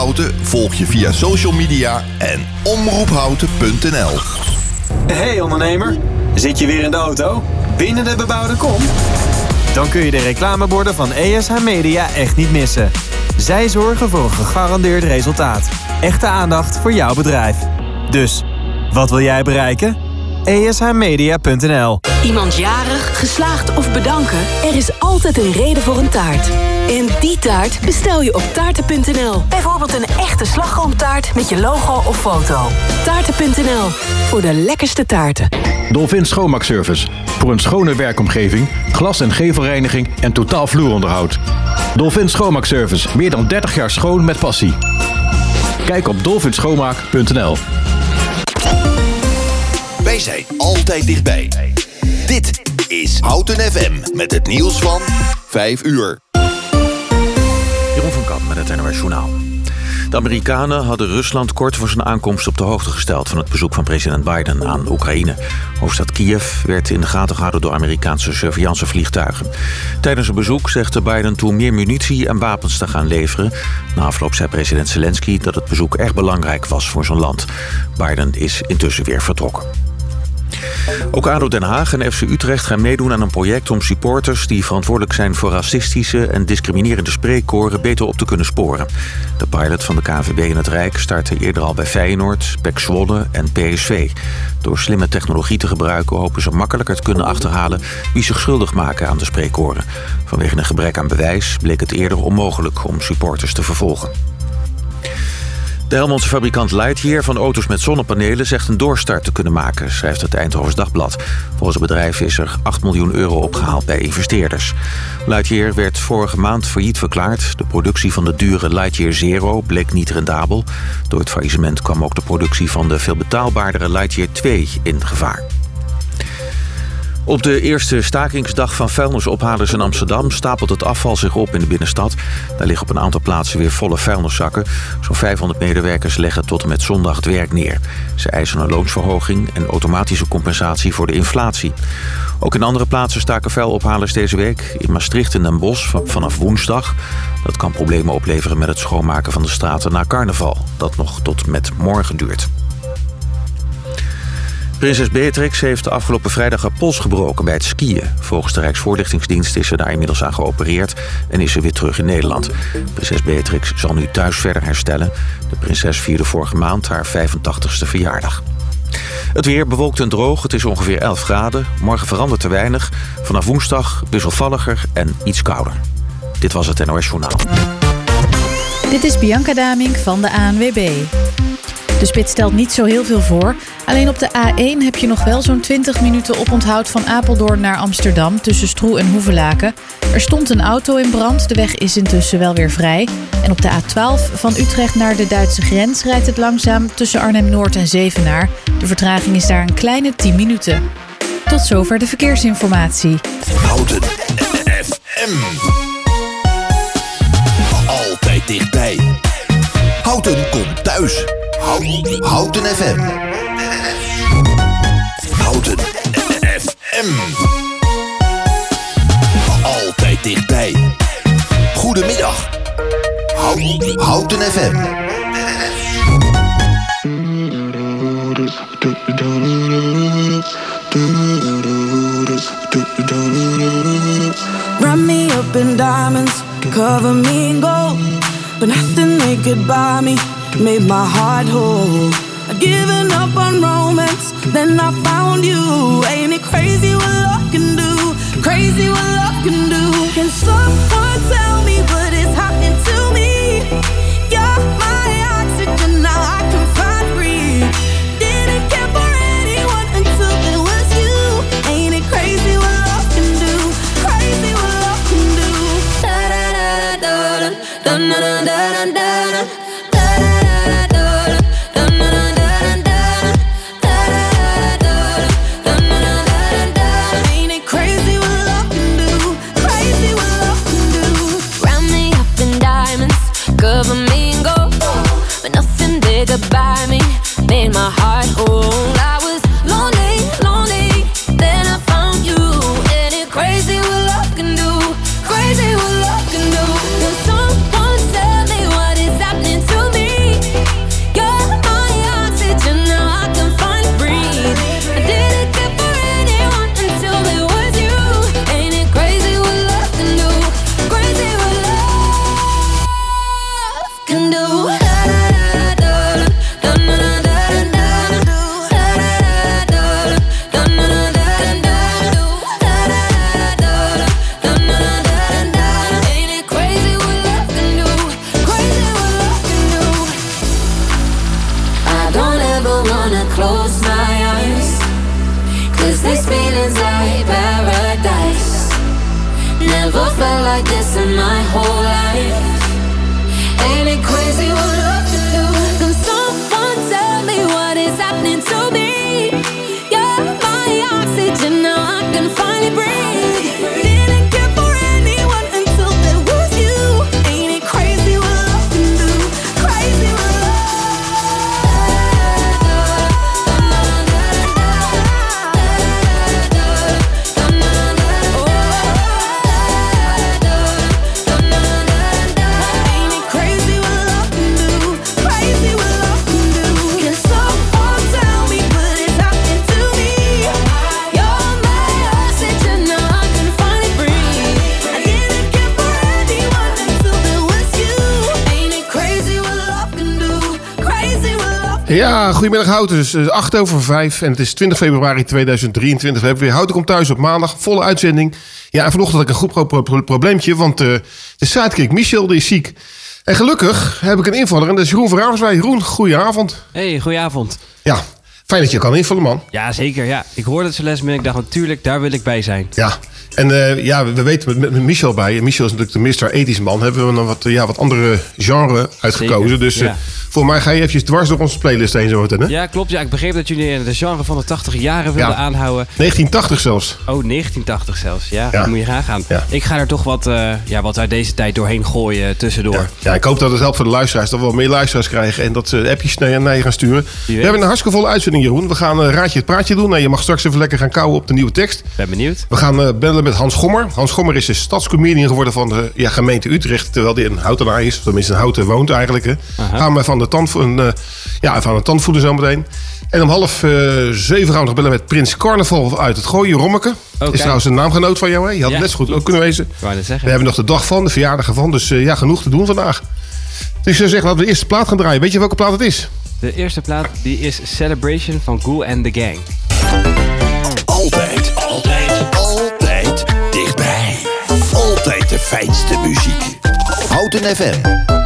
Houten volg je via social media en omroephouten.nl. Hey ondernemer, zit je weer in de auto? Binnen de bebouwde kom? Dan kun je de reclameborden van ESH Media echt niet missen. Zij zorgen voor een gegarandeerd resultaat. Echte aandacht voor jouw bedrijf. Dus, wat wil jij bereiken? ESHmedia.nl. Iemand jarig, geslaagd of bedanken? Er is altijd een reden voor een taart. En die taart bestel je op taarten.nl. Bijvoorbeeld een echte slagroomtaart met je logo of foto. Taarten.nl, voor de lekkerste taarten. Dolphin Schoonmaakservice. Voor een schone werkomgeving, glas- en gevelreiniging en totaal vloeronderhoud. Dolphin Schoonmaakservice. Meer dan 30 jaar schoon met passie. Kijk op dolphinschoonmaak.nl. Wij zijn altijd dichtbij. Dit is Houten FM met het nieuws van 5 uur. Jeroen van Kamp met het NOS Journaal. De Amerikanen hadden Rusland kort voor zijn aankomst op de hoogte gesteld van het bezoek van president Biden aan Oekraïne. Hoofdstad Kiev werd in de gaten gehouden door Amerikaanse surveillancevliegtuigen. Tijdens het bezoek zegde Biden toe meer munitie en wapens te gaan leveren. Na afloop zei president Zelensky dat het bezoek erg belangrijk was voor zijn land. Biden is intussen weer vertrokken. Ook ADO Den Haag en FC Utrecht gaan meedoen aan een project om supporters die verantwoordelijk zijn voor racistische en discriminerende spreekkoren beter op te kunnen sporen. De pilot van de KNVB in het Rijk startte eerder al bij Feyenoord, PEC Zwolle en PSV. Door slimme technologie te gebruiken hopen ze makkelijker te kunnen achterhalen wie zich schuldig maken aan de spreekkoren. Vanwege een gebrek aan bewijs bleek het eerder onmogelijk om supporters te vervolgen. De Helmondse fabrikant Lightyear van auto's met zonnepanelen zegt een doorstart te kunnen maken, schrijft het Eindhovens Dagblad. Volgens het bedrijf is er 8 miljoen euro opgehaald bij investeerders. Lightyear werd vorige maand failliet verklaard. De productie van de dure Lightyear Zero bleek niet rendabel. Door het faillissement kwam ook de productie van de veel betaalbaardere Lightyear 2 in gevaar. Op de eerste stakingsdag van vuilnisophalers in Amsterdam stapelt het afval zich op in de binnenstad. Daar liggen op een aantal plaatsen weer volle vuilniszakken. Zo'n 500 medewerkers leggen tot en met zondag het werk neer. Ze eisen een loonsverhoging en automatische compensatie voor de inflatie. Ook in andere plaatsen staken vuilophalers deze week. In Maastricht en Den Bosch vanaf woensdag. Dat kan problemen opleveren met het schoonmaken van de straten na carnaval. Dat nog tot met morgen duurt. Prinses Beatrix heeft de afgelopen vrijdag haar pols gebroken bij het skiën. Volgens de Rijksvoorlichtingsdienst is ze daar inmiddels aan geopereerd en is ze weer terug in Nederland. Prinses Beatrix zal nu thuis verder herstellen. De prinses vierde vorige maand haar 85ste verjaardag. Het weer bewolkt en droog, het is ongeveer 11 graden. Morgen verandert er weinig. Vanaf woensdag wisselvalliger en iets kouder. Dit was het NOS Journaal. Dit is Bianca Damink van de ANWB. De spits stelt niet zo heel veel voor. Alleen op de A1 heb je nog wel zo'n 20 minuten oponthoud van Apeldoorn naar Amsterdam tussen Stroe en Hoevelaken. Er stond een auto in brand, de weg is intussen wel weer vrij. En op de A12 van Utrecht naar de Duitse grens rijdt het langzaam tussen Arnhem-Noord en Zevenaar. De vertraging is daar een kleine 10 minuten. Tot zover de verkeersinformatie. Houten FM. Altijd dichtbij. Houten komt thuis. Houten FM. Houten FM. Altijd dichtbij. Goedemiddag. Houten FM. Run me up in diamonds, cover me in gold, but nothing they could buy me made my heart whole. I'd given up on romance, then I found you. Ain't it crazy what love can do? Crazy what love can do. Can someone tell me what is happening to me? You're my oxygen, now I can find breathe. Didn't care for anyone until it was you. Ain't it crazy what love can do? Crazy what love can do. Da da da da da da da da da da. felt like this in my whole life. Ain't it crazy what love can do? Can someone tell me what is happening to me? You're my oxygen, now I can finally breathe. Didn't care for anyone until there was you. Ain't it crazy what love can do? Crazy what Ja, goedemiddag Houten. Het is 5:08 en het is 20 februari 2023. We hebben weer Houten komt thuis op maandag. Volle uitzending. Ja, en vanochtend had ik een goed probleempje. Want de sidekick Michel die is ziek. En gelukkig heb ik een invaller. En dat is Jeroen van Ravenswijk. Jeroen, goedenavond. Hey, goedenavond. Ja, fijn dat je kan invallen, man. Ja, zeker. Ja. Ik hoorde het zo les en ik dacht natuurlijk, daar wil ik bij zijn. Ja, en we weten met Michel bij. En Michel is natuurlijk de Mr. Ethisch man. Hebben we nog wat andere genre uitgekozen. Zeker, Dus ja. voor mij ga je eventjes dwars door onze playlist heen zo meteen, hè? Ja, klopt. Ja, ik begreep dat jullie de genre van de 80 jaren wilden aanhouden. 1980 zelfs. Oh, 1980 zelfs. Ja, Ja. dat moet je graag gaan. Ja. Ik ga er toch wat uit deze tijd doorheen gooien tussendoor. Ja, ik hoop dat het helpt voor de luisteraars. Dat we wel meer luisteraars krijgen. En dat ze appjes naar je gaan sturen. We hebben een hartstikke volle uitzending, Jeroen. We gaan Raadje het Praatje doen. En je mag straks even lekker gaan kauwen op de nieuwe tekst. Ben benieuwd. We gaan bellen met Hans Gommer. Hans Gommer is de stadscomedian geworden van de gemeente Utrecht. Terwijl hij een Houtenaar is. Of tenminste een Houten woont eigenlijk. Hè. Gaan we van de tand voeden zometeen. En om 6:30 gaan we nog bellen met Prins Carnaval uit het Gooien, Rommeke. Okay. Is trouwens een naamgenoot van jou, hè? Je had het net zo goed ook kunnen wezen. Ik wou net zeggen. We hebben nog de dag van, de verjaardag ervan. Dus genoeg te doen vandaag. Dus ik zou zeggen, laten we de eerste plaat gaan draaien. Weet je welke plaat het is? De eerste plaat die is Celebration van Ghoul and the Gang. Altijd dichtbij. Altijd de fijnste muziek. Houten FM.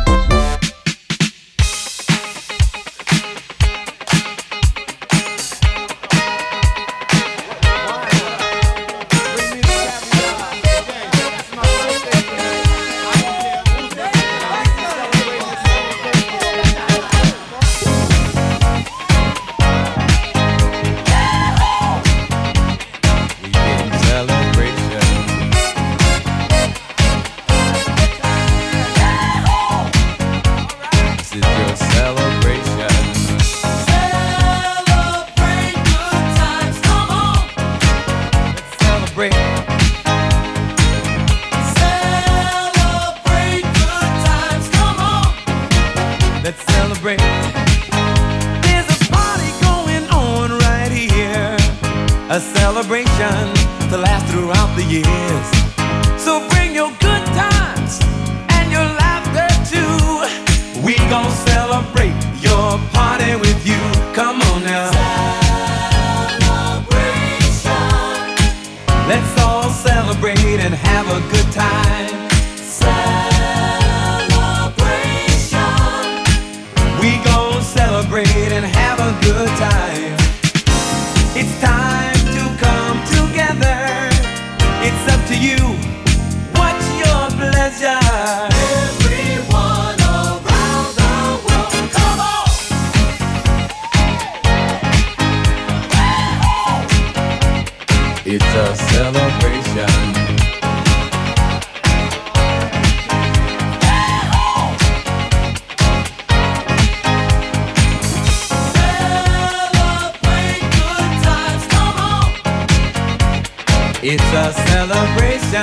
It's a celebration.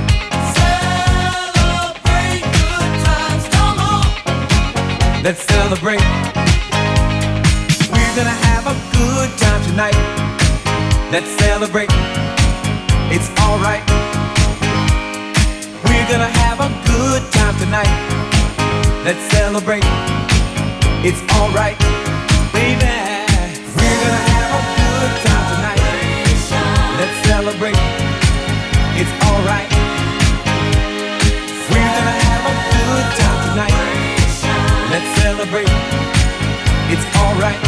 Celebrate good times, come on. Let's celebrate. We're gonna have a good time tonight. Let's celebrate. It's alright. We're gonna have a good time tonight. Let's celebrate. It's alright, baby. We're gonna have a good time tonight. Let's celebrate. It's alright. We're gonna have a good time tonight. Let's celebrate. It's alright.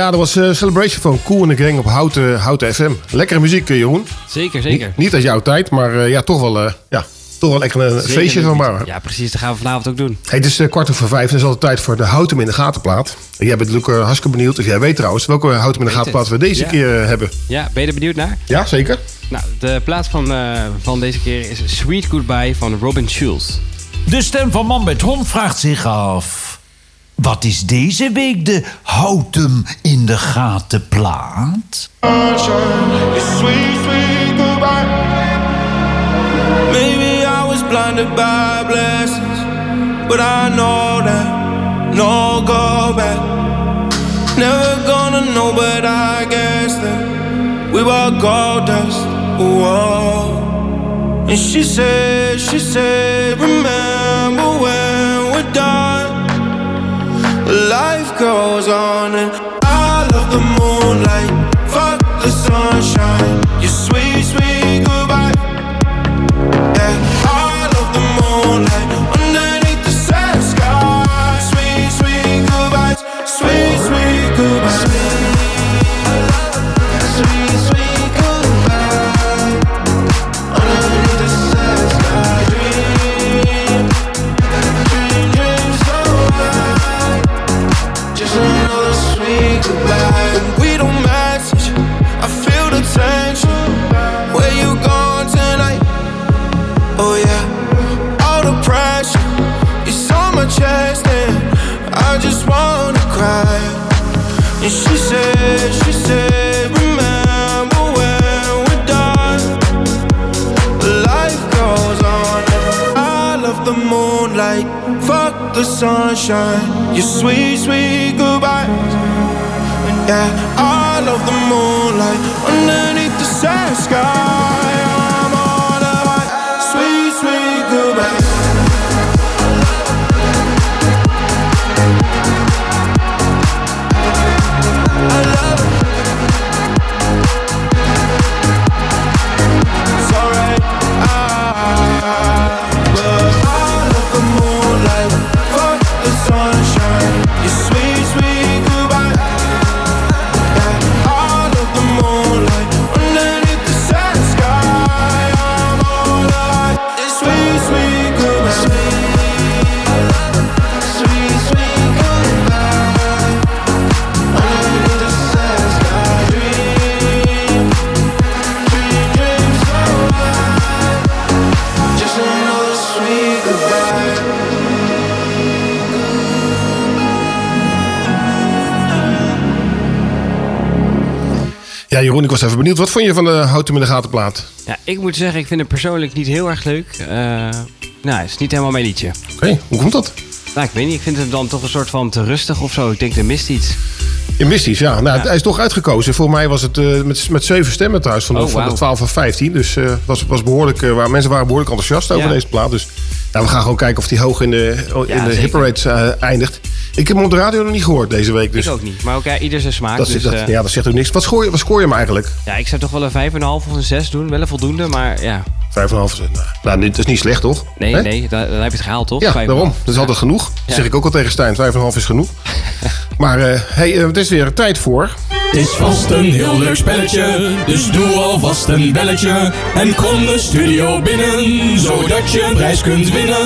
Ja, dat was Celebration van Kool and the Gang op Houten FM. Lekkere muziek, Jeroen. Zeker. Niet uit jouw tijd, maar toch wel lekker een feestje van maken. Ja, precies. Dat gaan we vanavond ook doen. Hey, het is 4:15 en het is altijd tijd voor de Houten in de Gaten plaat. En jij bent natuurlijk hartstikke benieuwd. Of jij weet trouwens welke Houten in de Gaten plaat we deze keer hebben. Ja, ben je er benieuwd naar? Ja, zeker. Nou, de plaat van deze keer is Sweet Goodbye van Robin Schulz. De stem van Man met Hond vraagt zich af: wat is deze week de Houten in de Gaten plaat? Maybe I was blinded by blessings, but I know that no go back. Never gonna know, but I guess that we were gold dust. Whoa. And she said, remember when we're done. Life goes on and I love the moonlight. Fuck the sunshine. Your sweet, sweet goodbye. Yeah, I love the moonlight underneath the sad sky. Sweet, sweet goodbyes. Sweet, sweet goodbyes. Sweet, sweet goodbye. Underneath the sad sky. Dream so high. Just another sweet goodbye. And we don't match. I feel the tension. Where you going tonight? Oh yeah, all the pressure is on my chest and I just wanna cry. And she said, remember when we're done. Life goes on and I love the moonlight. Fuck the sunshine. Your sweet, sweet goodbyes. Yeah, I love the moonlight underneath the sad sky. I'm on a high. Sweet, sweet goodbye. I love it. It's alright. But I love the moonlight. Fuck the sunshine. Your sweet, sweet goodbye. Yeah, I love the moonlight underneath the sad sky. I'm on a high. It's sweet, sweet goodbye. Sweet, sweet goodbye. Underneath the sad sky. Dream so high. Just another sweet goodbye. Ja, Jeroen, ik was even benieuwd. Wat vond je van de Houten in de Gaten plaat? Ja, ik moet zeggen, ik vind het persoonlijk niet heel erg leuk. Het is niet helemaal mijn liedje. Oké, hoe komt dat? Nou, ik weet niet. Ik vind hem dan toch een soort van te rustig of zo. Ik denk, er mist iets. Je mist iets, ja. Nou, hij is toch uitgekozen. Voor mij was het met 7 stemmen trouwens van de 12 en 15. Dus was behoorlijk, mensen waren behoorlijk enthousiast over deze plaat. Dus we gaan gewoon kijken of die hoog in de hitrates eindigt. Ik heb hem op de radio nog niet gehoord deze week. Dus ik ook niet. Maar ook ieder zijn smaak. Dat zegt ook niks. Wat scoor je hem eigenlijk? Ja, ik zou toch wel een 5,5 of een 6 doen. Wel een voldoende, maar ja. 5,5. Nou, dat is niet slecht, toch? Nee, dan heb je het gehaald, toch? Ja, daarom. Dat is altijd genoeg. Dat zeg ik ook al tegen Stijn. 5,5 is genoeg. Maar het is weer tijd voor... Het is vast een heel leuk spelletje, dus doe alvast een belletje. En kom de studio binnen, zodat je een prijs kunt winnen.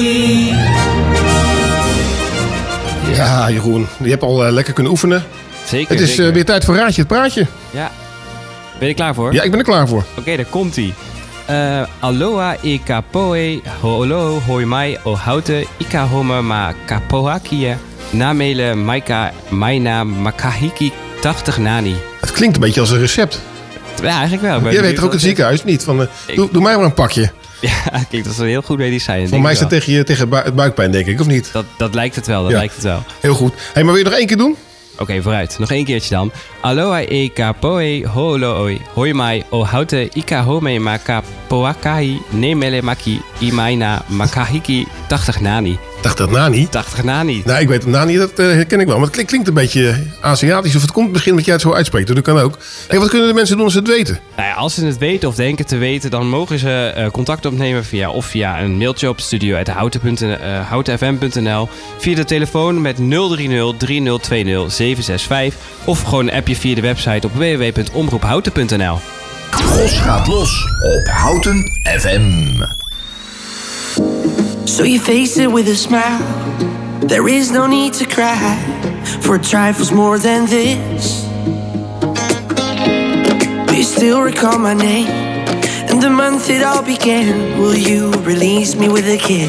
Ja, Jeroen. Je hebt al lekker kunnen oefenen. Zeker. Het is weer tijd voor Raadje het Praatje. Ja. Ben je er klaar voor? Ja, ik ben er klaar voor. Oké, daar komt-ie. Aloha e kapoe holo hoi mai o houte ika homa ma kapoakie namele maika maina makahiki 80 nani. Het klinkt een beetje als een recept. Ja, eigenlijk wel. Jij weet er ook het ziekenhuis niet. Van, doe mij maar een pakje. Ja, klinkt als een heel goed medicijn. Voor mij is het tegen het buikpijn, denk ik, of niet? Dat lijkt het wel, lijkt het wel. Heel goed. Hey, maar wil je nog 1 keer doen? Oké, vooruit. Nog 1 keertje dan. Aloha e kapoe holo hoi mai o houte ika home ma kapoakai nemele maki imaina makahiki 80 nani. 80 Nani? 80 Nani. Nou, ik weet Nani, dat herken ik wel. Maar het klinkt een beetje Aziatisch. Of het komt misschien dat jij het zo uitspreekt. Dat kan ook. Hey, wat kunnen de mensen doen als ze het weten? Nou ja, als ze het weten of denken te weten, dan mogen ze contact opnemen via een mailtje op studio@houtenfm.nl, via de telefoon met 030 3020 765 of gewoon een appje via de website op www.omroephouten.nl. Gros gaat los op Houten FM. So you face it with a smile. There is no need to cry for trifles more than this. Do you still recall my name and the month it all began? Will you release me with a kiss?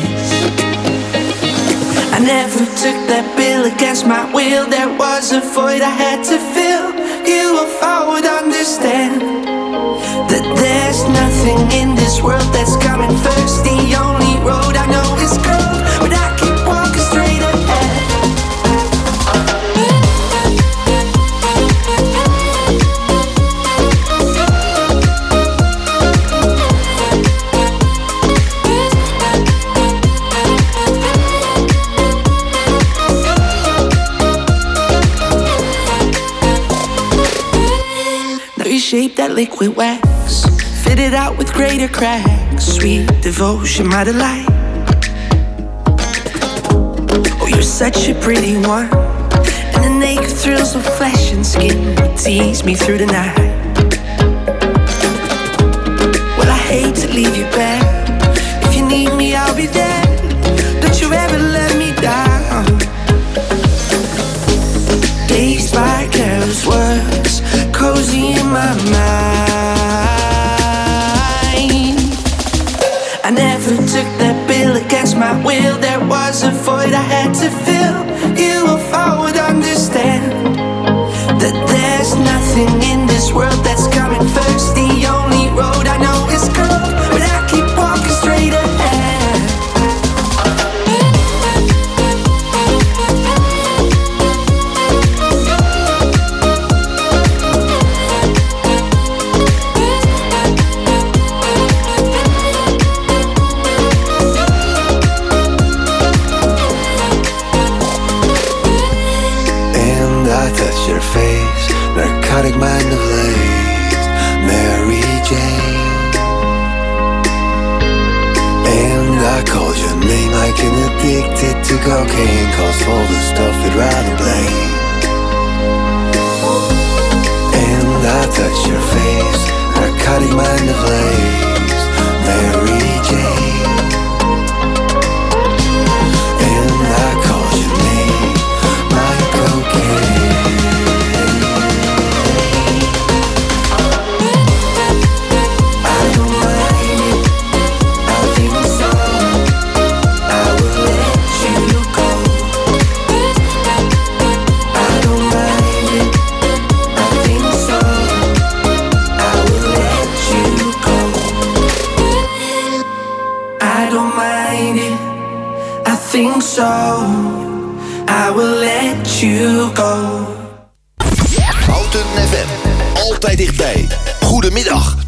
I never took that bill against my will. There was a void I had to fill. You, if I would understand that there's nothing in this world that's coming first. The only road I know is curved, but I keep walking straight ahead. Now you shape that liquid wax, fit it out with greater cracks. Sweet devotion, my delight. Oh, you're such a pretty one, and the naked thrills of flesh and skin will tease me through the night. Well, I hate to leave you back. If you need me, I'll be there. Don't you ever let me down. Dazed by careless words, cozy in my mind. I never took that bill against my will. There was a void I had to fill. You, if I would understand that there's nothing in this world that's coming first. The only road I know is curved, but I keep walking straight ahead. Your face, narcotic mind of lace, Mary Jane. And I called your name like an addicted to cocaine, calls for the stuff I'd rather blame. And I touch your face, narcotic mind of lace, Mary Jane. And I called your name, my cocaine. So I will let you go. Houten FM, altijd dichtbij. Goedemiddag.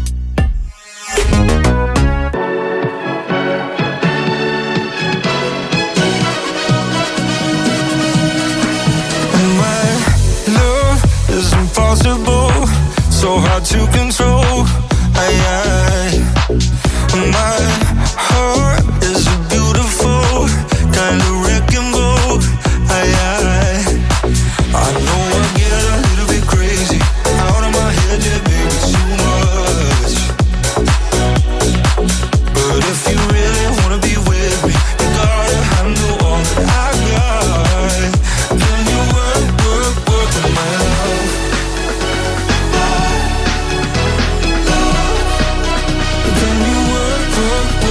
My love is impossible, so hard to control. My heart is a beautiful kind of wrecking ball. I know I get a little bit crazy, out of my head, yeah, baby, too much. But if you really wanna be with me, you gotta handle all that I got. Can you work with my love? Can you work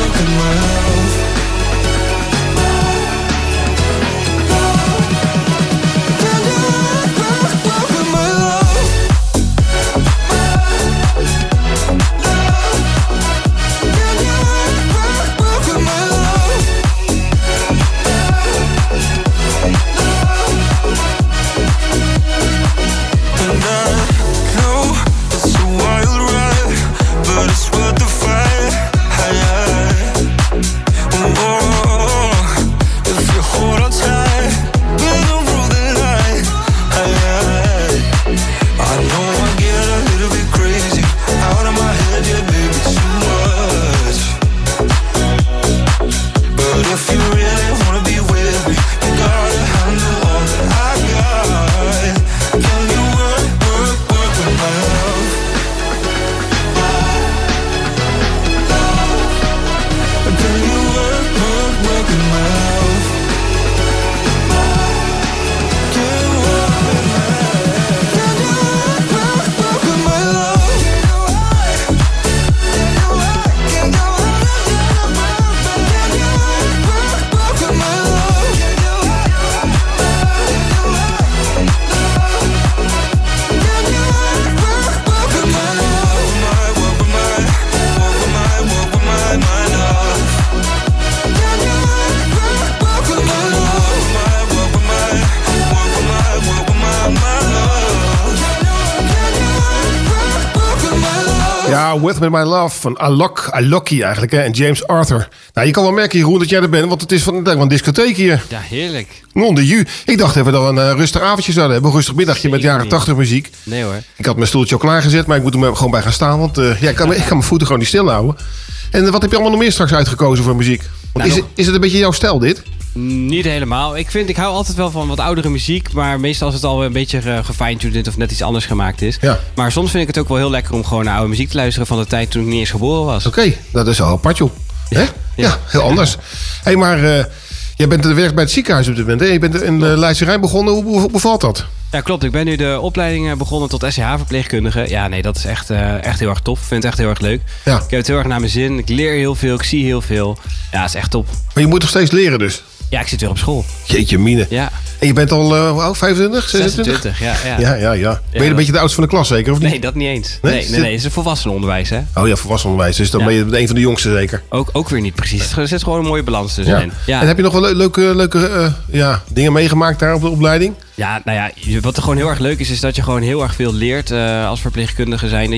Now With Me My Love van Alok eigenlijk. Hè? En James Arthur. Nou, je kan wel merken, Jeroen, dat jij er bent. Want het is van een discotheek hier. Ja, heerlijk. Non de ju. Ik dacht even dat we een rustig avondje zouden hebben. Een rustig middagje met jaren 80 muziek. Nee hoor. Ik had mijn stoeltje al klaargezet, maar ik moet er gewoon bij gaan staan. Want ik kan mijn voeten gewoon niet stilhouden. En wat heb je allemaal nog meer straks uitgekozen voor muziek? Want is het een beetje jouw stijl dit? Niet helemaal. Ik hou altijd wel van wat oudere muziek. Maar meestal als het al een beetje gefine-tuned of net iets anders gemaakt is. Ja. Maar soms vind ik het ook wel heel lekker om gewoon naar oude muziek te luisteren van de tijd toen ik niet eens geboren was. Oké, dat is al apart joh. Ja, heel anders. Hey, maar jij werkt bij het ziekenhuis op dit moment. Hè? Je bent in Leidse Rijn begonnen. Hoe bevalt dat? Ja, klopt. Ik ben nu de opleiding begonnen tot SCH-verpleegkundige. Ja, nee, dat is echt heel erg tof. Ik vind het echt heel erg leuk. Ja. Ik heb het heel erg naar mijn zin. Ik leer heel veel. Ik zie heel veel. Ja, dat is echt top. Maar je moet nog steeds leren dus? Ja, ik zit weer op school. Jeetje mine. Ja. En je bent al, hoe oud? 25? 26? Ja. Ben je een beetje de oudste van de klas zeker, of niet? Nee, dat niet eens. Nee, het is een volwassenenonderwijs, hè? Oh ja, volwassenenonderwijs. Dus dan ben je een van de jongste zeker? Ook weer niet precies. Er zit gewoon een mooie balans tussenin. Ja. En heb je nog wel leuke dingen meegemaakt daar op de opleiding? Ja, nou ja, wat er gewoon heel erg leuk is dat je gewoon heel erg veel leert als verpleegkundige zijnde.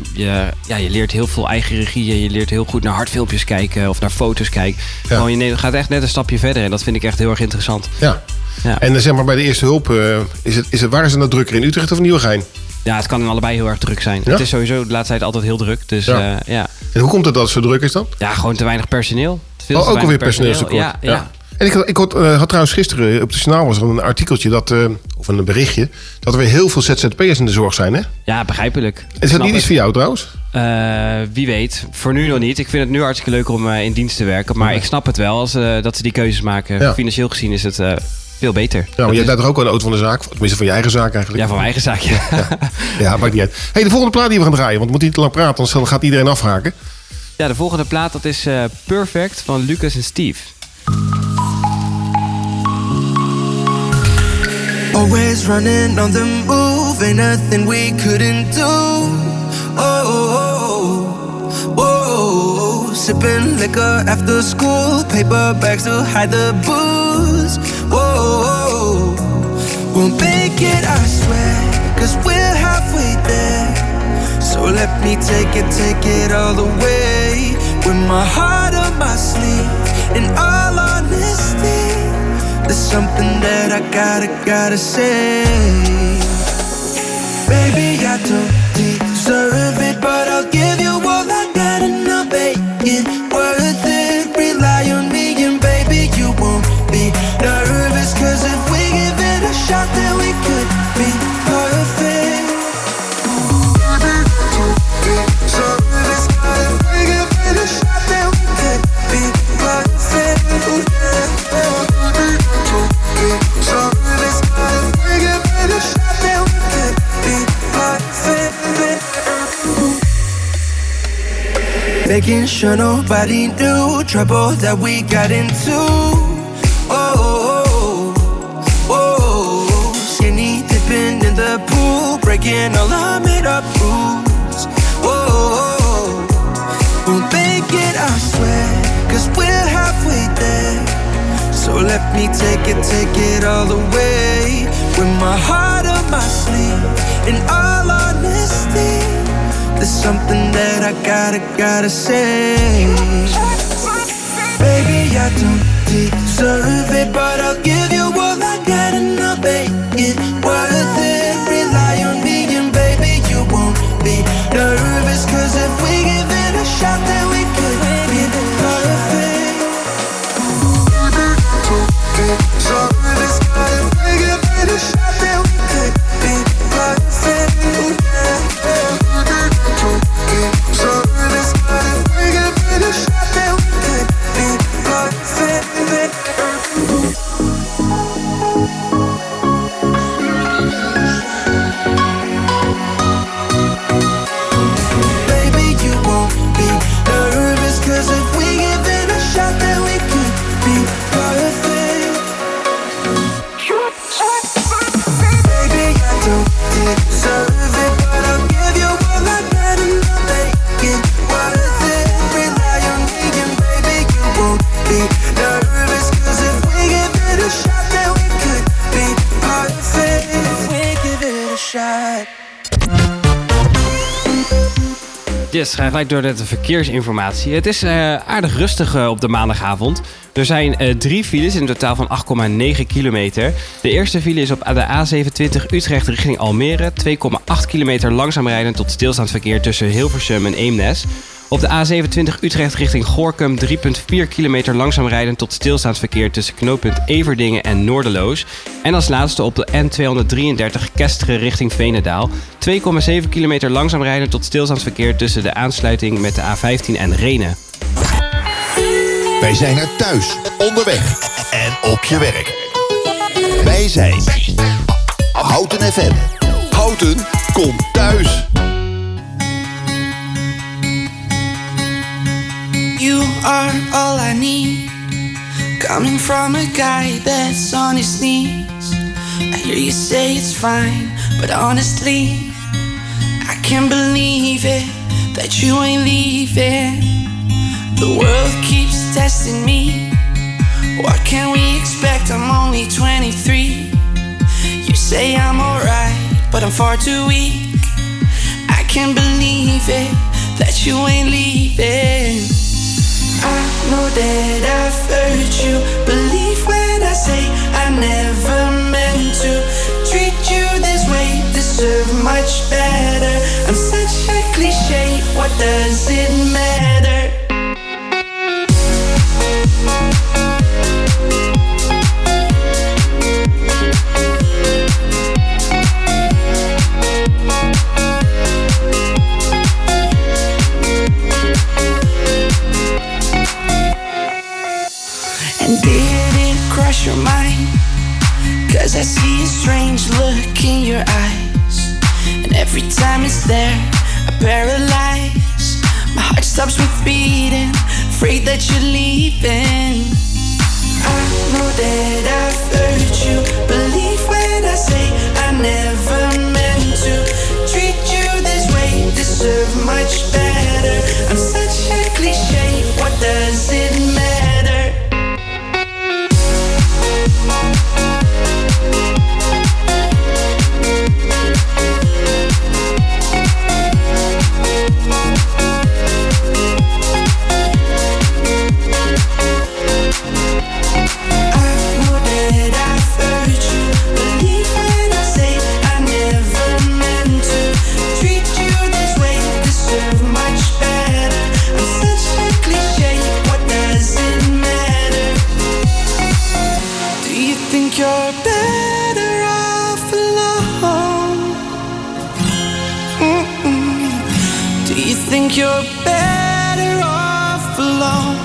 Je leert heel veel eigen regie. Je leert heel goed naar hartfilmpjes kijken of naar foto's kijken. Ja. Gewoon, je gaat echt net een stapje verder en dat vind ik echt heel erg interessant. Ja. En zeg maar bij de eerste hulp, waar is het nou drukker, in Utrecht of Nieuwegein? Ja, het kan in allebei heel erg druk zijn. Ja? Het is sowieso de laatste tijd altijd heel druk. Dus, ja. En hoe komt het dat het zo druk is dan? Ja, gewoon te weinig personeel. Ook alweer personeelstekort. Ja. En ik had trouwens gisteren op de Journaal was er een artikeltje of een berichtje dat er weer heel veel ZZP'ers in de zorg zijn, hè? Ja, begrijpelijk. Is dat niet iets voor jou trouwens? Wie weet. Voor nu nog niet. Ik vind het nu hartstikke leuk om in dienst te werken. Maar ik snap het wel dat ze die keuzes maken. Ja. Financieel gezien is het veel beter. Ja, maar jij bent er ook wel een auto van de zaak. Tenminste van je eigen zaak eigenlijk. Ja, van mijn eigen zaak, ja, maakt niet uit. Hey, de volgende plaat die we gaan draaien. Want we moeten niet te lang praten, anders dan gaat iedereen afhaken. Ja, de volgende plaat dat is Perfect van Lucas en Steve. Always running on the move, ain't nothing we couldn't do. Oh, sipping liquor after school, paper bags to hide the booze. Whoa, we'll make it, I swear, 'cause we're halfway there. So let me take it all the way. With my heart on my sleeve, in all honesty, there's something that I gotta say. Baby, I don't deserve it, but I'll give you all I got and I'll make it worth it. Rely on me and baby, you won't be nervous, 'cause if we give it a shot, then we could be perfect. Making sure nobody knew trouble that we got into. Skinny dipping in the pool, breaking all our made up rules. We'll make it, I swear, 'cause we're halfway there. So let me take it all the way. With my heart on my sleeve, in all honesty, there's something that I gotta say. Baby, I don't deserve it, but I'll give you all I got and I'll make it worth it. Rely on me and baby, you won't be nervous, 'cause if we give it a shot, then we could be perfect. So this time, if we give it a shot, then we could be perfect. Yes, ga gelijk door met de verkeersinformatie. Het is aardig rustig op de maandagavond. Er zijn 3 files in een totaal van 8,9 kilometer. De eerste file is op de A27 Utrecht richting Almere. 2,8 kilometer langzaam rijden tot stilstaand verkeer tussen Hilversum en Eemnes. Op de A27 Utrecht richting Gorinchem 3,4 kilometer langzaam rijden tot stilstaand verkeer tussen knooppunt Everdingen en Noorderloos. En als laatste op de N233 Kesteren richting Veenendaal. 2,7 kilometer langzaam rijden tot stilstaand verkeer tussen de aansluiting met de A15 en Rhenen. Wij zijn er thuis, onderweg en op je werk. Wij zijn Houten FM. Houten komt thuis. You are all I need. Coming from a guy that's on his knees. I hear you say it's fine, but honestly, I can't believe it that you ain't leaving. The world keeps testing me. What can we expect? I'm only 23. You say I'm alright, but I'm far too weak. I can't believe it that you ain't leaving. I know that I've hurt you. Believe when I say I never meant to treat you this way. Deserve much better. I'm such a cliche. What does it matter? And did it cross your mind? 'Cause I see a strange look in your eyes. And every time it's there, I paralyze. My heart stops with beating, afraid that you're leaving. I know that I've hurt you. Believe when I say I never meant to treat you this way. Deserve much better. I'm such a cliche. What does it matter? You're better off alone.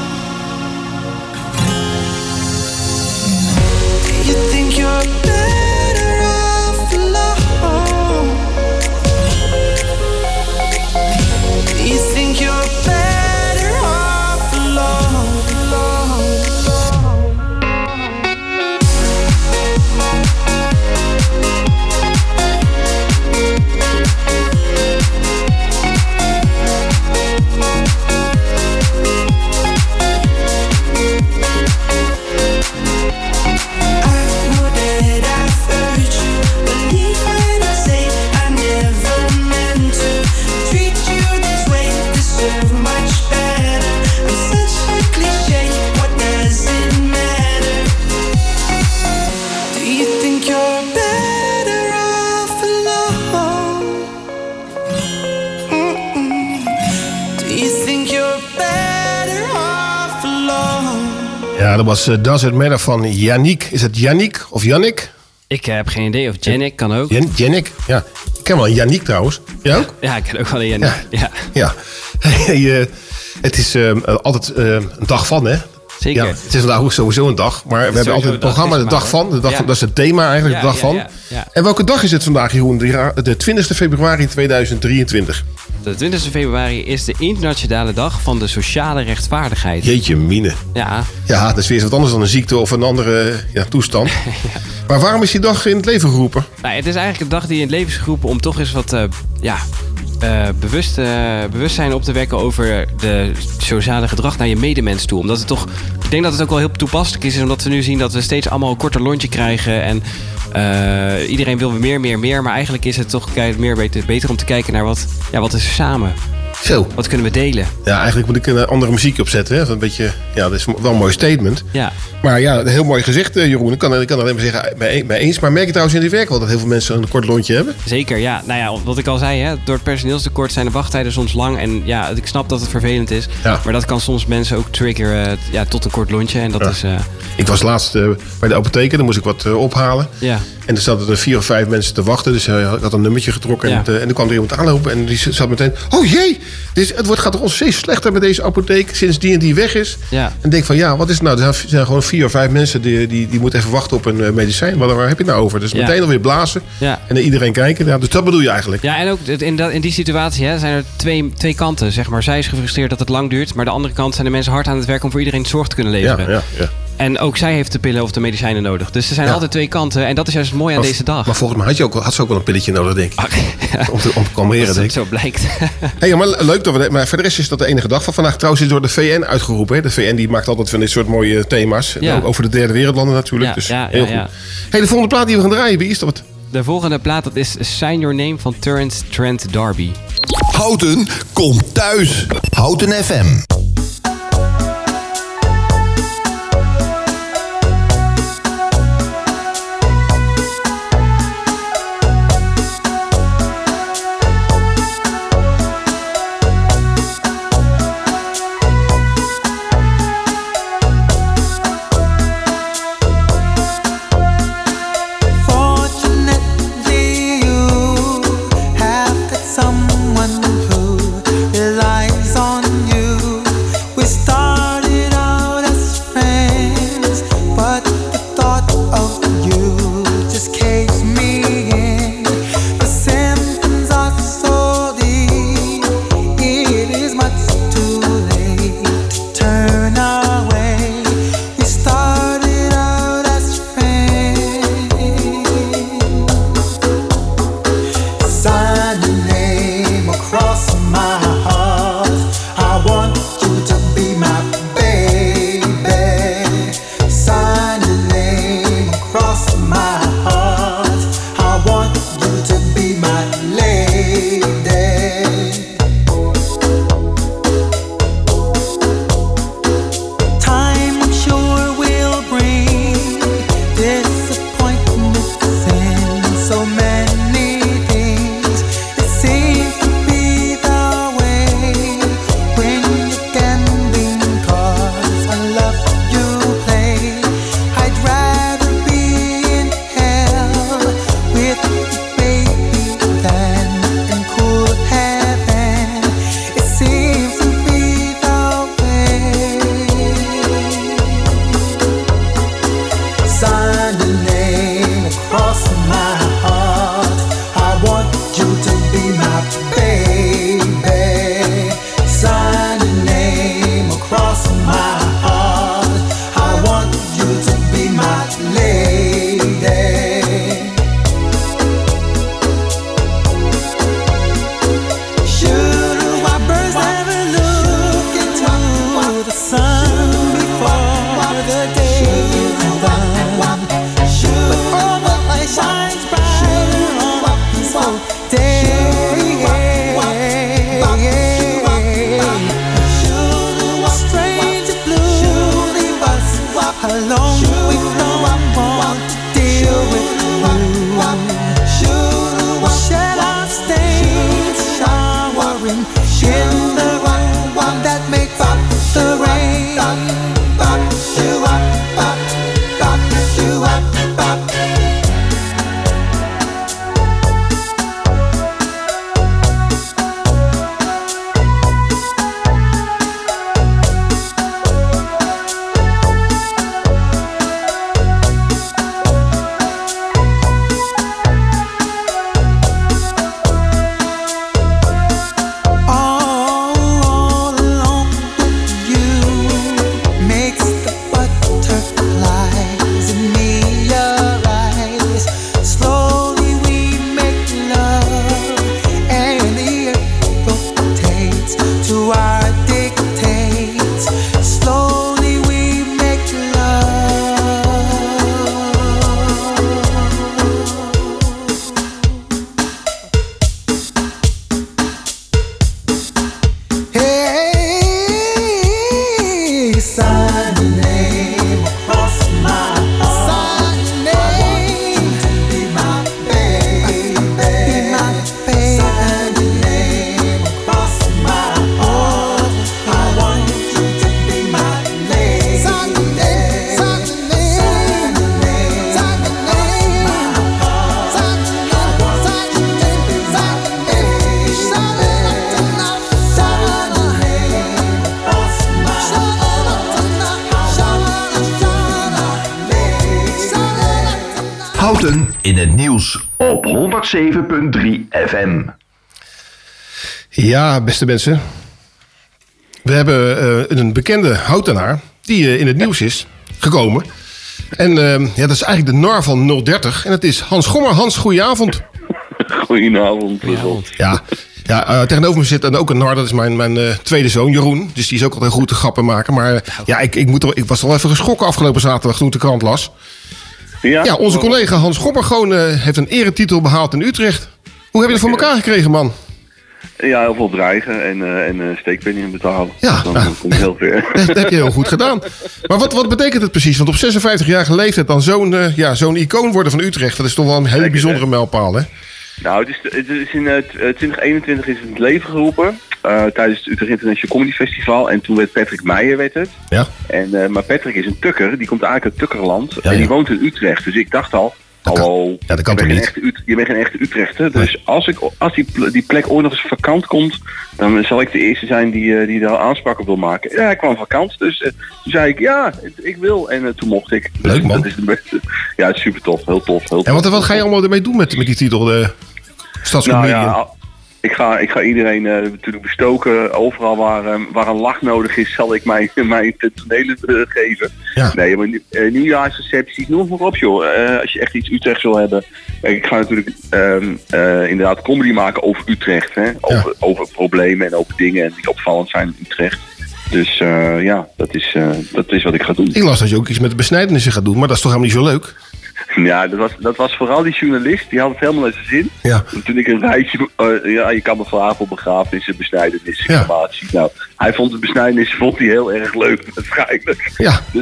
Do you think you're better off alone? Do you think you're better off alone? Ja, dat was Does It Matter van Yannick. Is het Yannick of Yannick? Ik heb geen idee. Of Yannick kan ook. Yannick, ja. Ik ken wel een Yannick trouwens. Jij ook? Ja, ik ken ook wel een Yannick. Ja. Het is altijd een dag van, hè? Zeker. Ja, het is vandaag ook sowieso een dag. Maar we hebben altijd het programma de dag van. De dag van. Dat is het thema eigenlijk, de dag van. Ja. En welke dag is het vandaag, Jeroen? De 20 februari 2023. De 20 februari is de internationale dag van de sociale rechtvaardigheid. Jeetje mine. Ja. Ja, dat is weer eens wat anders dan een ziekte of een andere toestand. Ja. Maar waarom is die dag in het leven geroepen? Nou, het is eigenlijk een dag die in het leven is geroepen om toch eens wat bewustzijn op te wekken over de sociale gedrag naar je medemens toe. Omdat het toch, ik denk dat het ook wel heel toepasselijk is, omdat we nu zien dat we steeds allemaal een korter lontje krijgen en iedereen wil meer. Maar eigenlijk is het toch beter om te kijken naar wat is er samen. Zo. Wat kunnen we delen? Ja, eigenlijk moet ik een andere muziek opzetten. Hè? Een beetje, ja, dat is wel een mooi statement. Ja. Maar ja, heel mooi gezegd, Jeroen. Ik kan alleen maar zeggen, mee eens. Maar merk je trouwens in het werk wel dat heel veel mensen een kort lontje hebben? Zeker, ja. Nou ja, wat ik al zei, hè, door het personeelstekort zijn de wachttijden soms lang. En ja, ik snap dat het vervelend is. Ja. Maar dat kan soms mensen ook triggeren tot een kort lontje. En dat is... Ik was laatst bij de apotheker, dan moest ik wat ophalen. Ja. En er zaten er 4 of 5 mensen te wachten. Dus ik had een nummertje getrokken. Ja. En er kwam er iemand aanlopen. En die zat meteen... Oh jee, gaat toch ons steeds slechter met deze apotheek sinds die en die weg is. Ja. En denk van ja, wat is het nou? Er zijn gewoon 4 of 5 mensen die moeten even wachten op een medicijn. Waar heb je het nou over? Dus meteen alweer blazen. Ja. En naar iedereen kijken. Ja, dus dat bedoel je eigenlijk. Ja, en ook in die situatie zijn er twee kanten. Zeg maar. Zij is gefrustreerd dat het lang duurt. Maar de andere kant zijn de mensen hard aan het werk om voor iedereen zorg te kunnen leveren. Ja. En ook zij heeft de pillen of de medicijnen nodig. Dus er zijn altijd twee kanten. En dat is juist mooi aan deze dag. Maar volgens mij had ze ook wel een pilletje nodig, denk ik. Om te kalmeren, denk ik. Zo blijkt. Hey, maar leuk dat we... Maar voor de rest is dat de enige dag van vandaag. Trouwens is door de VN uitgeroepen. Hè? De VN die maakt altijd van dit soort mooie thema's. Ja. Over de derde wereldlanden natuurlijk. Dus heel goed. Hey, de volgende plaat die we gaan draaien, wie is dat? De volgende plaat dat is Sign Your Name van Terence Trent D'Arby. Houten komt thuis. Houten FM. Someone who relies on you. Houten in het nieuws op 107.3 FM. Ja, beste mensen. We hebben een bekende Houtenaar die in het nieuws is gekomen. En dat is eigenlijk de nar van 030. En het is Hans Gommer. Hans, goedenavond. Goedenavond. Ja, tegenover me zit dan ook een nar. Dat is mijn tweede zoon, Jeroen. Dus die is ook altijd goed te grappen maken. Maar ik was al even geschrokken afgelopen zaterdag toen ik de krant las. Ja, onze collega Hans Gommer heeft een eretitel behaald in Utrecht. Hoe heb je dat voor elkaar gekregen, man? Ja, heel veel dreigen en steekpenningen betalen. Ja, dan kom je heel ver. Dat heb je heel goed gedaan. Maar wat betekent het precies? Want op 56-jarige leeftijd dan zo'n icoon worden van Utrecht. Dat is toch wel een hele bijzondere mijlpaal, hè? Nou, het is in 2021 is het in het leven geroepen. Tijdens het Utrecht International Comedy Festival. En toen werd Patrick Meijer het. Ja. Maar Patrick is een tukker. Die komt eigenlijk uit Tukkerland. En die woont in Utrecht. Dus ik dacht al... Hallo, dat kan toch niet? Je bent geen echte Utrechter. Dus als die plek ooit nog eens vakant komt, dan zal ik de eerste zijn die daar aanspraak op wil maken. Ja, ik kwam vakant, dus toen zei ik ja, ik wil. En toen mocht ik. Leuk, man. Dat is de beste. Ja, het is super tof, heel tof. En wat ga je allemaal ermee doen met die titel, Stadscomedian? Nou ja, ik ga iedereen natuurlijk bestoken. Overal waar een lach nodig is, zal ik mijn tonelen geven. Ja. Nee, maar nieuwjaarsrecepties, noem maar op joh. Als je echt iets Utrechts wil hebben. Ik ga natuurlijk inderdaad comedy maken over Utrecht. Hè? Over problemen en over dingen die opvallend zijn in Utrecht. Dus dat is wat ik ga doen. Ik las dat je ook iets met de besnijdenissen gaat doen, maar dat is toch helemaal niet zo leuk? Ja, dat was vooral die journalist, die had het helemaal naar zijn zin. Ja. En toen ik een rijtje, je kan me vragen voor begrafenissen, besnijdenissen, crematie. Ja. Nou, hij vond de besnijdenissen heel erg leuk, waarschijnlijk. Ja. Dus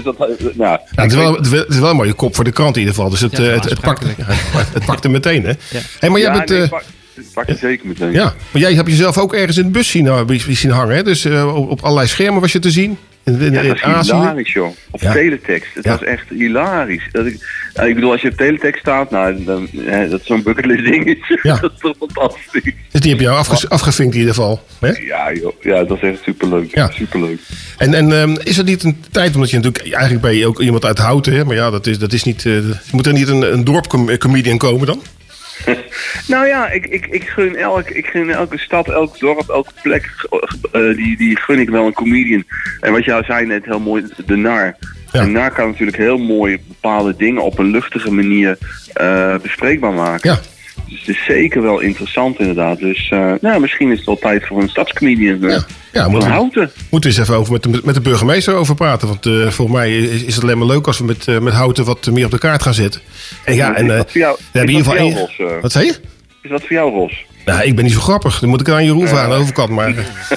het is wel een mooie kop voor de krant in ieder geval. Dus het pakt hem meteen, hè? Ja. Hey, maar jij bent... Het pakt het zeker meteen. Ja, maar jij hebt jezelf ook ergens in de bus zien hangen, hè? Dus op allerlei schermen was je te zien. Dat was hilarisch, joh. Op teletext. Het was echt hilarisch. Ik bedoel, als je op teletext staat, nou, dan, dat zo'n bucketlist ding is, dat is toch fantastisch. Dus die heb je afgevinkt in ieder geval, hè? Ja, joh. Ja, dat is echt superleuk. Ja. Superleuk. En is het niet een tijd, omdat je natuurlijk, eigenlijk ben je ook iemand uit Houten, hè? Maar ja, dat is niet, moet er niet een dorpcomedian komen dan? Nou ja, ik gun elke stad, elk dorp, elke plek, die gun ik wel een comedian. En wat jij zei net heel mooi, de nar. Ja. De nar kan natuurlijk heel mooi bepaalde dingen op een luchtige manier bespreekbaar maken. Ja. Dus het is zeker wel interessant inderdaad. Dus misschien is het wel tijd voor een stadscomedian van Houten. Moeten we eens even over met de burgemeester over praten. Want volgens mij is het alleen maar leuk als we met Houten wat meer op de kaart gaan zetten. En is dat voor jou, Ros? Wat zei je? Is dat voor jou, Ros? Nou, ik ben niet zo grappig. Dan moet ik aan Jeroen vragen aan de overkant. Maar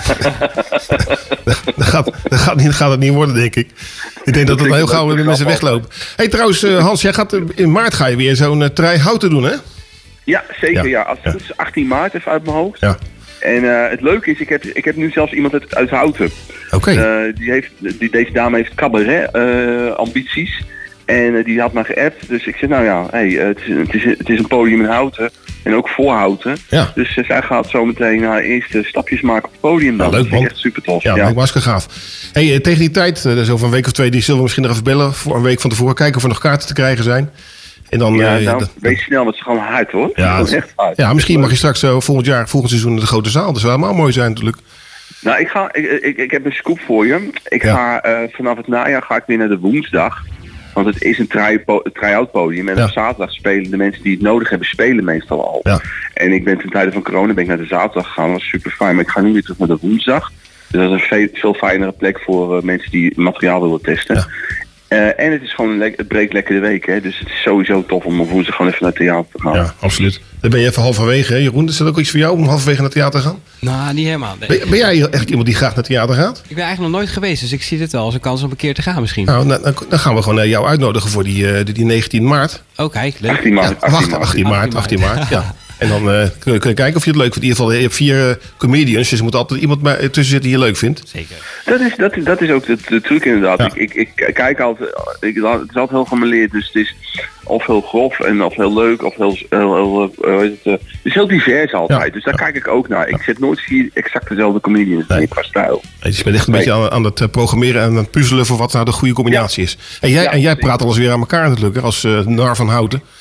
dat gaat het niet worden, denk ik. Ik denk dat het heel gauw de mensen weglopen. Hey, trouwens, Hans, in maart ga je weer zo'n trui Houten doen, hè? Ja, zeker. Ja. Als het goed is 18 maart, even uit mijn hoofd. Ja. En het leuke is, ik heb nu zelfs iemand uit Houten. Oké. Deze dame heeft cabaret ambities. En die had me geappt. Dus ik zei, nou ja, het is een podium in Houten. En ook voor Houten. Ja. Dus zij gaat zo meteen haar eerste stapjes maken op het podium. Dan. Leuk, man. Echt super tof. Ja, lijkt me hartstikke gaaf. Hey, tegen die tijd, zo van een week of twee, die zullen we misschien nog even bellen. Voor een week van tevoren, kijken of er nog kaarten te krijgen zijn. En dan, wees snel, want ze gaan hard hoor. Ja, echt hard. Ja, misschien mag je straks volgend seizoen in de grote zaal. Dat zou helemaal mooi zijn natuurlijk. Nou, ik heb een scoop voor je. Ik ga vanaf het najaar ga ik weer naar de woensdag. Want het is een try-out podium. En op zaterdag spelen de mensen die het nodig hebben, spelen meestal al. Ja. En ik ben ten tijde van corona naar de zaterdag gegaan. Dat was super fijn. Maar ik ga nu weer terug naar de woensdag. Dus dat is een veel fijnere plek voor mensen die materiaal willen testen. Ja. En het is gewoon het breekt lekker de week. Hè? Dus het is sowieso tof om op woensdag gewoon even naar het theater te gaan. Ja, absoluut. Dan ben je even halverwege, hè, Jeroen? Is dat ook iets voor jou om halverwege naar het theater te gaan? Nou, niet helemaal. Nee. Ben jij eigenlijk iemand die graag naar het theater gaat? Ik ben eigenlijk nog nooit geweest, dus ik zie dit wel als een kans om een keer te gaan misschien. Nou, dan gaan we gewoon jou uitnodigen voor die 19 maart. Oh, kijk, leuk. 18 maart. 18 maart, ja. En dan kun je kijken of je het leuk vindt. In ieder geval, je hebt 4 comedians. Dus er moet altijd iemand tussen zitten die je leuk vindt. Zeker. Dat is ook de truc inderdaad. Ja. Ik kijk altijd... het is altijd heel gemêleerd. Dus het is of heel grof en of heel leuk. Of het is heel divers altijd. Ja. Dus daar kijk ik ook naar. Ik zet nooit 4 exact dezelfde comedians qua stijl. Dus je bent echt een beetje aan het programmeren en aan het puzzelen voor wat nou de goede combinatie is. En jij praat alles weer aan elkaar natuurlijk. Als nar van Houten.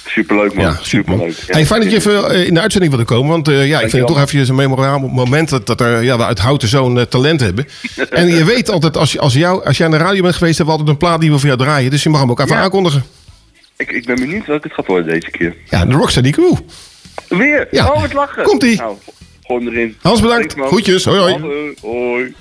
Superleuk, man. Ja, superleuk. Ja. Hey, fijn dat je even in de uitzending wilde komen. Want ik vind het toch even een memorabel moment dat we uit Houten zo'n talent hebben. En je weet altijd, als jij aan de radio bent geweest, hebben we altijd een plaat die we voor jou draaien. Dus je mag hem ook even aankondigen. Ik ben benieuwd welke het gaat worden deze keer. Ja, de Rocksteady Crew. Weer? Ja. Oh, wat lachen. Komt-ie. Nou, gewoon erin. Hans, bedankt. Groetjes. Hoi, hoi. Hoi.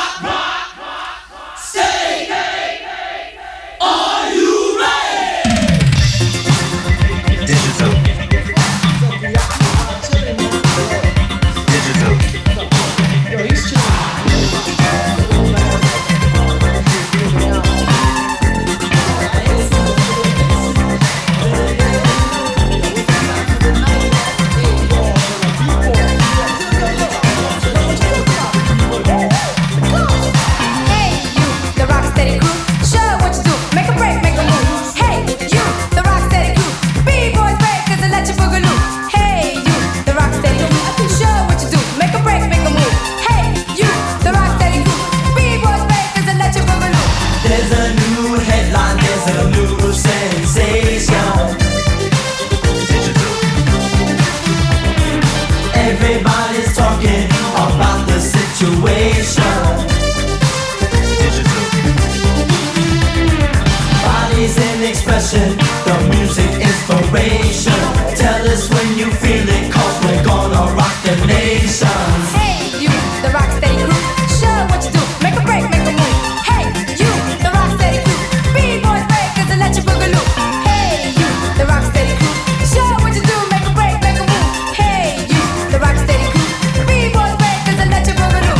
The music inspiration. Tell us when you feel it, 'cause we're gonna rock the nation. Hey, you, the Rocksteady Crew, show what you do. Make a break, make a move. Hey, you, the Rocksteady Crew, B-boys breakers and let you boogaloo. Hey, you, the Rocksteady Crew, show what you do. Make a break, make a move. Hey, you, the Rocksteady Crew, B-boys breakers and let you boogaloo.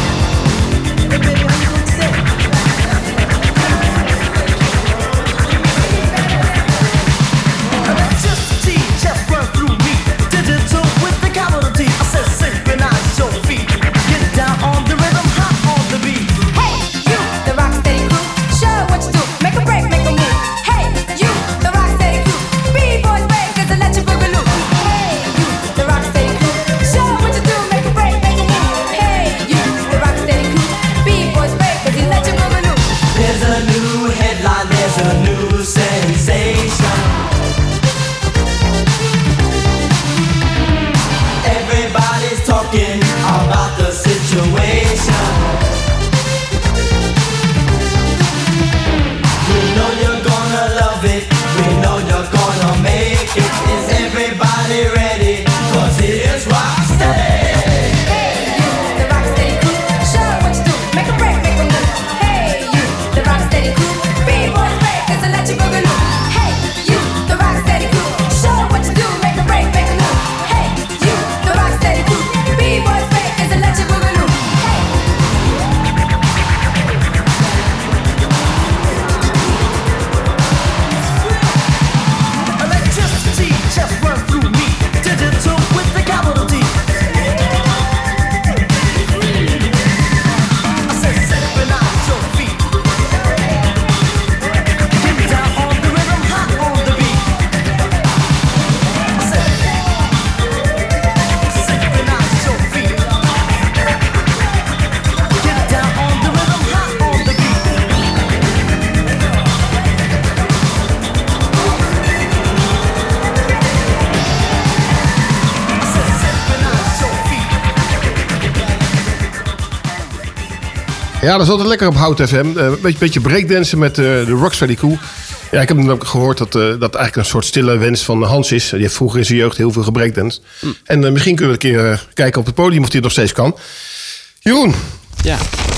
Ja, dat is altijd lekker op Hout FM. Een beetje breakdansen met de Rocksteady Crew. Ja, ik heb dan ook gehoord dat eigenlijk een soort stille wens van Hans is. Die heeft vroeger in zijn jeugd heel veel gebreakdanst. En misschien kunnen we een keer kijken op het podium of hij het nog steeds kan. Jeroen. Ja.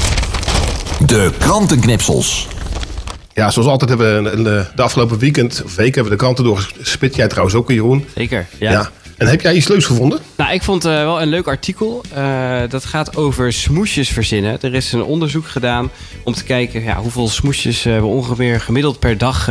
De krantenknipsels. Ja, zoals altijd hebben we de afgelopen week hebben we de kranten doorgespit. Jij trouwens ook, Jeroen. Zeker, ja. En heb jij iets leuks gevonden? Nou, ik vond wel een leuk artikel. Dat gaat over smoesjes verzinnen. Er is een onderzoek gedaan om te kijken hoeveel smoesjes we ongeveer gemiddeld per dag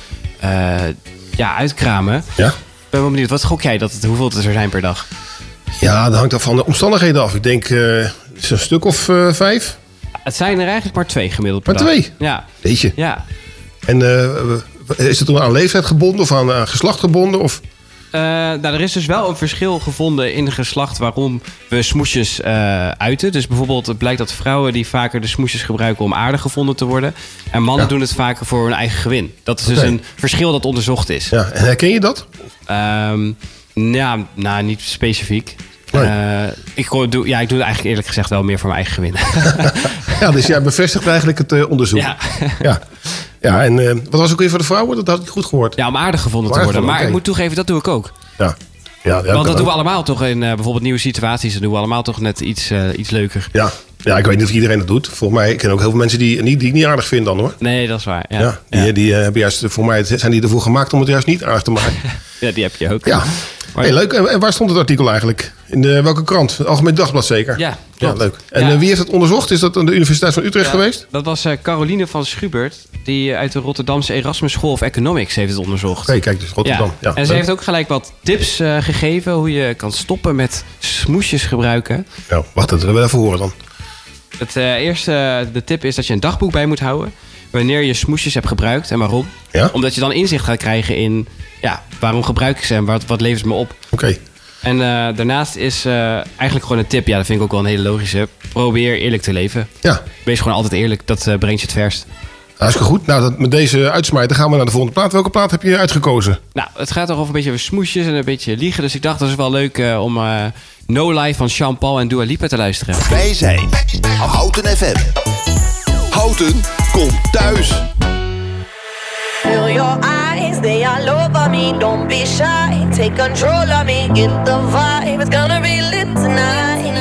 uitkramen. Ja. Ik ben wel benieuwd, wat gok jij hoeveel het er zijn per dag? Ja, dat hangt van de omstandigheden af. Ik denk het is een stuk of 5. Het zijn er eigenlijk maar 2 gemiddeld per dag. Maar 2? Ja. Weet je? Ja. En is het dan aan leeftijd gebonden of aan geslacht gebonden? Of? er is dus wel een verschil gevonden in geslacht waarom we smoesjes uiten. Dus bijvoorbeeld het blijkt dat vrouwen die vaker de smoesjes gebruiken om aardig gevonden te worden. En mannen doen het vaker voor hun eigen gewin. Dat is dus een verschil dat onderzocht is. Ja, en herken je dat? Niet specifiek. Nee. Ik doe het eigenlijk eerlijk gezegd wel meer voor mijn eigen gewin. Ja, dus jij bevestigt eigenlijk het onderzoek. Ja, en wat was ook weer voor de vrouwen? Dat had ik goed gehoord. Ja, om aardig gevonden te worden. Maar ik moet toegeven, dat doe ik ook. Ja, want dat doen we allemaal toch in bijvoorbeeld nieuwe situaties. Dat doen we allemaal toch net iets leuker. Ja, ik weet niet of iedereen dat doet. Volgens mij ken ik ook heel veel mensen die ik niet aardig vind dan hoor. Nee, dat is waar. Die hebben juist, voor mij zijn die ervoor gemaakt om het juist niet aardig te maken. Ja, die heb je ook. Ja. Maar... Hey, leuk. En waar stond het artikel eigenlijk? In welke krant? Het Algemeen Dagblad zeker? Ja, leuk. En wie heeft het onderzocht? Is dat aan de Universiteit van Utrecht geweest? Dat was Caroline van Schubert. Die uit de Rotterdamse Erasmus School of Economics heeft het onderzocht. Oké, kijk, dus Rotterdam. Ja, en ze heeft ook gelijk wat tips gegeven hoe je kan stoppen met smoesjes gebruiken. Ja, wacht, dat willen we even horen dan. Het eerste, de tip is dat je een dagboek bij moet houden wanneer je smoesjes hebt gebruikt en waarom. Ja? Omdat je dan inzicht gaat krijgen in waarom gebruik ik ze en wat levert het me op. Oké. En daarnaast is eigenlijk gewoon een tip, dat vind ik ook wel een hele logische. Probeer eerlijk te leven. Ja. Wees gewoon altijd eerlijk, dat brengt je het verst. Hartstikke goed. Nou, met deze uitsmijter gaan we naar de volgende plaat. Welke plaat heb je uitgekozen? Nou, het gaat toch over een beetje over smoesjes en een beetje liegen. Dus ik dacht, dat is wel leuk om No Lie van Sean Paul en Dua Lipa te luisteren. Wij zijn Houten FM. Houten komt thuis. Feel your eyes, they all over me. Don't be shy, take control of me. Get the vibe, it's gonna be lit tonight.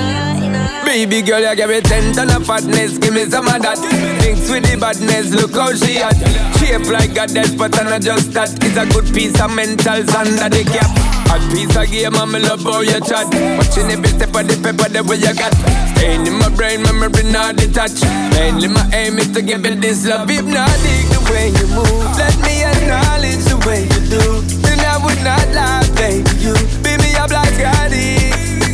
Baby girl, you give me 10 ton of fatness, give me some of that. Mix with the badness, look how she hot. Shape like a death, but I'm not just that. It's a good piece of mentals under the cap. A piece of game, I'm in love how you chat. Watching every step of the paper, the way you got. Staying in my brain, memory not detached. Mainly my aim is to give you this love. Hypnotic the way you move. Let me acknowledge the way you do. Then I would not lie, baby, you. Beat me up like Scotty.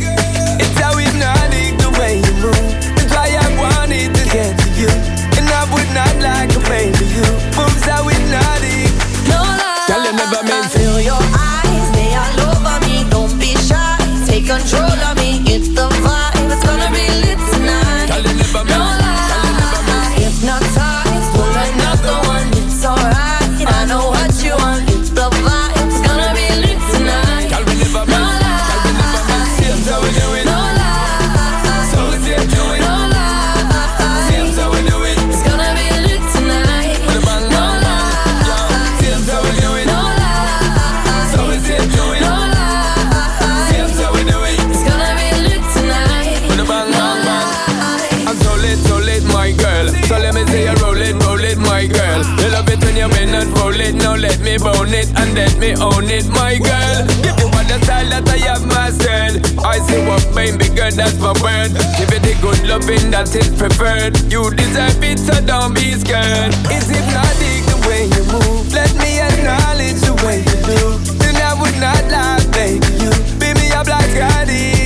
It's how hypnotic the way you move. That's why I wanted to get to you. And I would not like a baby, you. Moves how hypnotic. No lie. Tell you never meant to. Feel your eyes, they all over me. Don't be shy, take control of me. Get the vibe, it's gonna be lit tonight. Tell you never meant. No lie. Hypnotize, pull another one. It's alright. I know what you want. Get the vibe, it's gonna be lit tonight. Tell me never meant. No lie. Tell me never meant. Seems how we do it. No lie. So we see it do it. No lie. Seems how we do it. It's gonna be lit tonight. Put a bang, No bang, bang. lie. Seems how we do it. No lie. So we see it do it. No lie. Seems how we do it. It's gonna be lit tonight. Put a bang, bang, bang. I'm so lit, my girl. So let me say you roll it, my girl. You love it when you bend and roll it. Now let me bone it and let me own it, my girl. Give you all the style that I have mastered. I say what baby girl, that's my word. Give it the good loving that is preferred. You deserve it, so don't be scared. It's hypnotic the way you move. Let me acknowledge the way you do. Then I would not lie, baby, you. Beat me up like Scotty.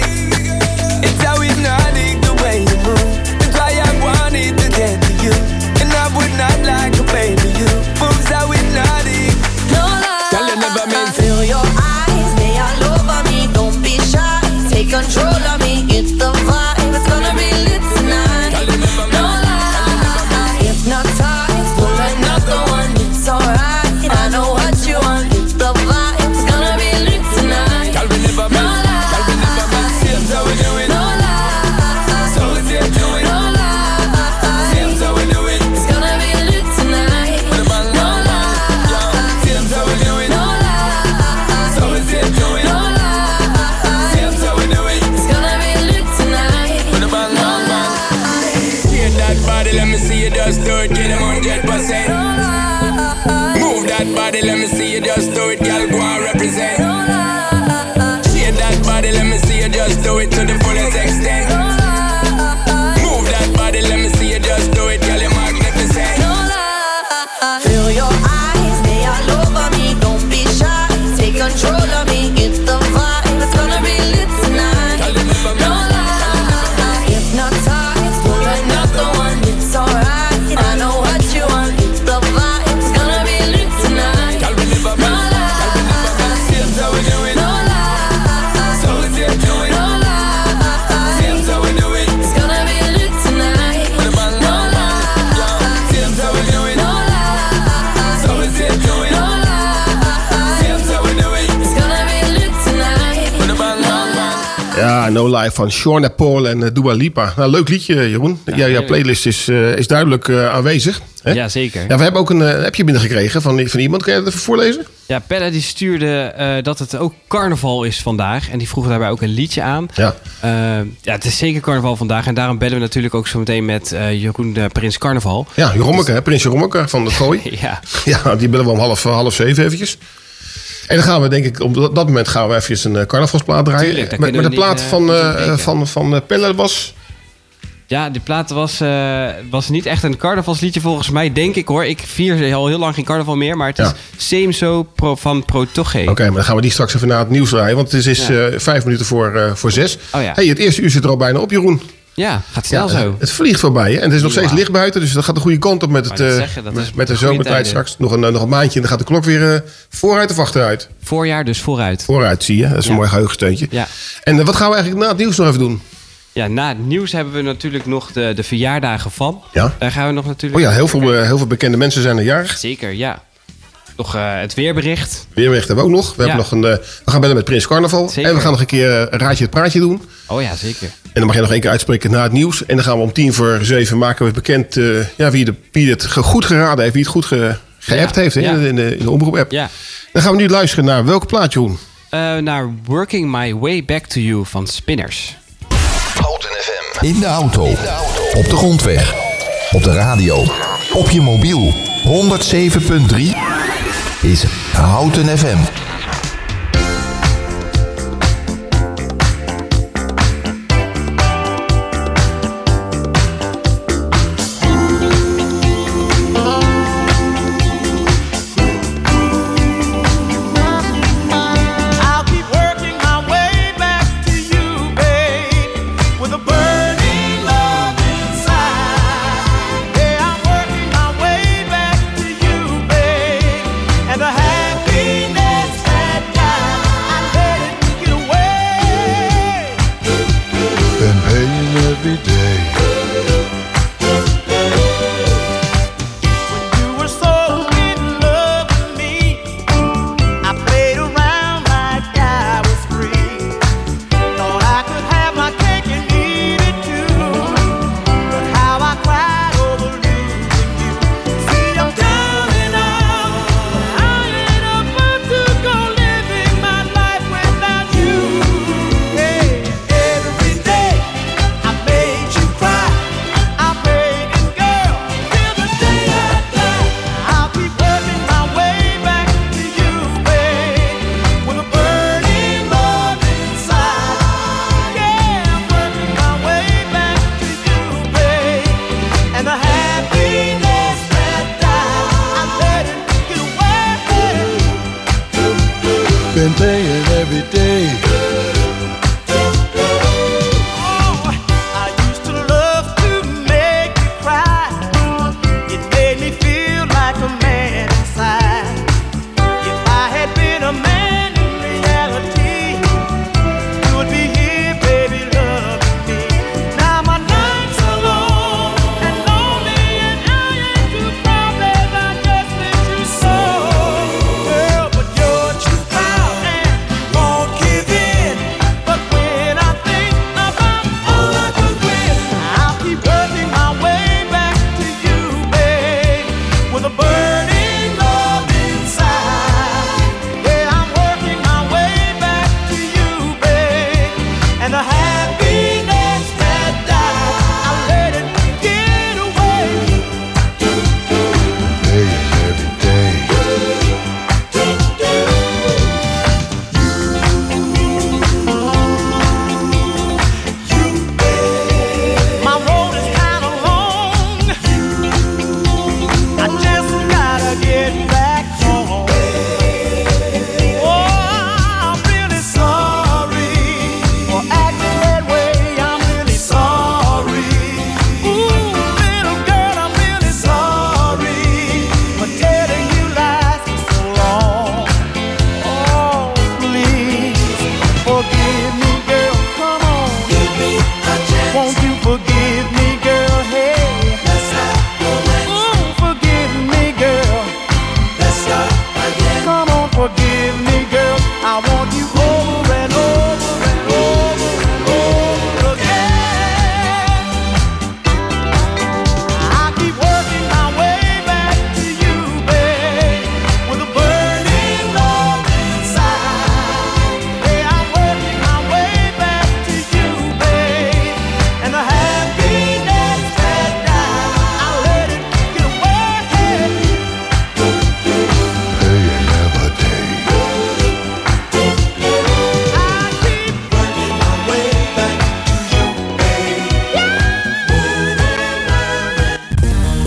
It's how hypnotic the way you move. That's why I wanted to get to you. And I would not like a baby, you. Moves how hypnotic. No lie. Tell you never meant to. Feel your eyes, they all over me. Don't be shy, take control of me. Get the vibe, it's gonna be lit tonight. Tell you never No meant. lie. Hypnotize, pull another one. It's alright. I know what you want. Get the vibe, it's gonna be lit tonight. Tell me never No meant. lie. Tell me never meant. Seems how we do it. No lie. So we see it do it. No lie. Seems how we do it. It's gonna be lit tonight. Put a bang, No bang, bang. lie. Seems how we do it. No lie. So we see it do it. No lie. Seems how we do it. It's gonna be lit tonight. Put a bang, bang, bang. Shake that body, let me see you just do it. Get 100%. Move that body, let me see you just do it. Girl, go and represent. Shake that body, let me see you just do it to the fullest extent. Move that body, let me see you just do it. Girl, you're magnificent. Feel your eyes, they all over me. Don't be shy, take control of me. Get the vibe, it's gonna be lit tonight. Tell you never No meant. lie. Hypnotize, pull another one. It's alright. I know what you want. Get the vibe, it's gonna be lit tonight. Tell me never No meant. Tell me never meant. lie. Seems how we do it. No No Lie van Shauna Paul en Dua Lipa. Nou, leuk liedje, Jeroen. Jouw playlist is duidelijk aanwezig. Hè? Ja, zeker. Ja, we hebben ook een appje binnengekregen van iemand. Kun je dat even voorlezen? Ja, Pelle die stuurde dat het ook carnaval is vandaag. En die vroeg daarbij ook een liedje aan. Ja. Het is zeker carnaval vandaag. En daarom bellen we natuurlijk ook zo meteen met Jeroen Prins Carnaval. Ja, Jerommeke, Prins Jerommeke van de Gooi. Ja, die bellen we om half 7 eventjes. En dan gaan we, denk ik, op dat moment gaan we even een carnavalsplaat draaien. Tuurlijk, met de plaat van Pelle was... Ja, die plaat was niet echt een carnavalsliedje volgens mij, denk ik hoor. Ik vier al heel lang geen carnaval meer, maar het is Same So van Protoge. Oké, maar dan gaan we die straks even na het nieuws draaien. Want het is 5 minuten voor 6. Oh, ja. Hey, het eerste uur zit er al bijna op, Jeroen. Ja, gaat snel zo. Het vliegt voorbij, hè? En het is nog steeds licht buiten, dus dat gaat de goede kant op met de zomertijd straks. Nog een maandje en dan gaat de klok weer vooruit of achteruit. Voorjaar, dus vooruit. Vooruit, zie je. Dat is een mooi geheugensteuntje. Ja. En wat gaan we eigenlijk na het nieuws nog even doen? Ja, na het nieuws hebben we natuurlijk nog de verjaardagen van. Ja. Daar gaan we nog natuurlijk... Oh ja, heel veel bekende mensen zijn er jarig. Zeker, ja. Nog het weerbericht. Weerbericht hebben we ook nog. We gaan bellen met Prins Carnaval. Zeker. En we gaan nog een keer een raadje het praatje doen. Oh ja, zeker. En dan mag je nog één keer uitspreken na het nieuws. En dan gaan we om 6:50 maken we bekend wie het goed geraden heeft. Wie het goed geappt heeft in de omroep-app. Ja. Dan gaan we nu luisteren naar welke plaat, Jeroen? Naar Working My Way Back to You van Spinners. Houten FM. In de auto. Op de grondweg. Op de radio. Op je mobiel. 107.3 is Houten FM. And the happiness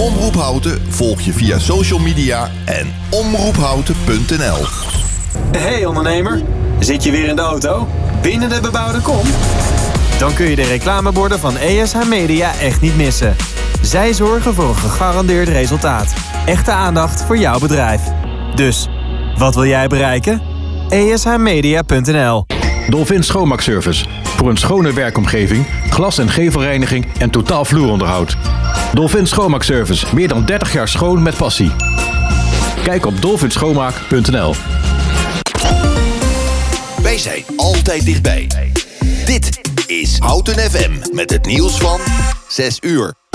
Omroep Houten volg je via social media en omroephouten.nl. Hey ondernemer, zit je weer in de auto? Binnen de bebouwde kom? Dan kun je de reclameborden van ESH Media echt niet missen. Zij zorgen voor een gegarandeerd resultaat. Echte aandacht voor jouw bedrijf. Dus, wat wil jij bereiken? ESHmedia.nl. Dolphin Schoonmaakservice. Voor een schone werkomgeving, glas- en gevelreiniging en totaal vloeronderhoud. Dolphin Schoonmaakservice. Meer dan 30 jaar schoon met passie. Kijk op dolphinschoonmaak.nl. Wij zijn altijd dichtbij. Dit is Houten FM met het nieuws van 6 uur.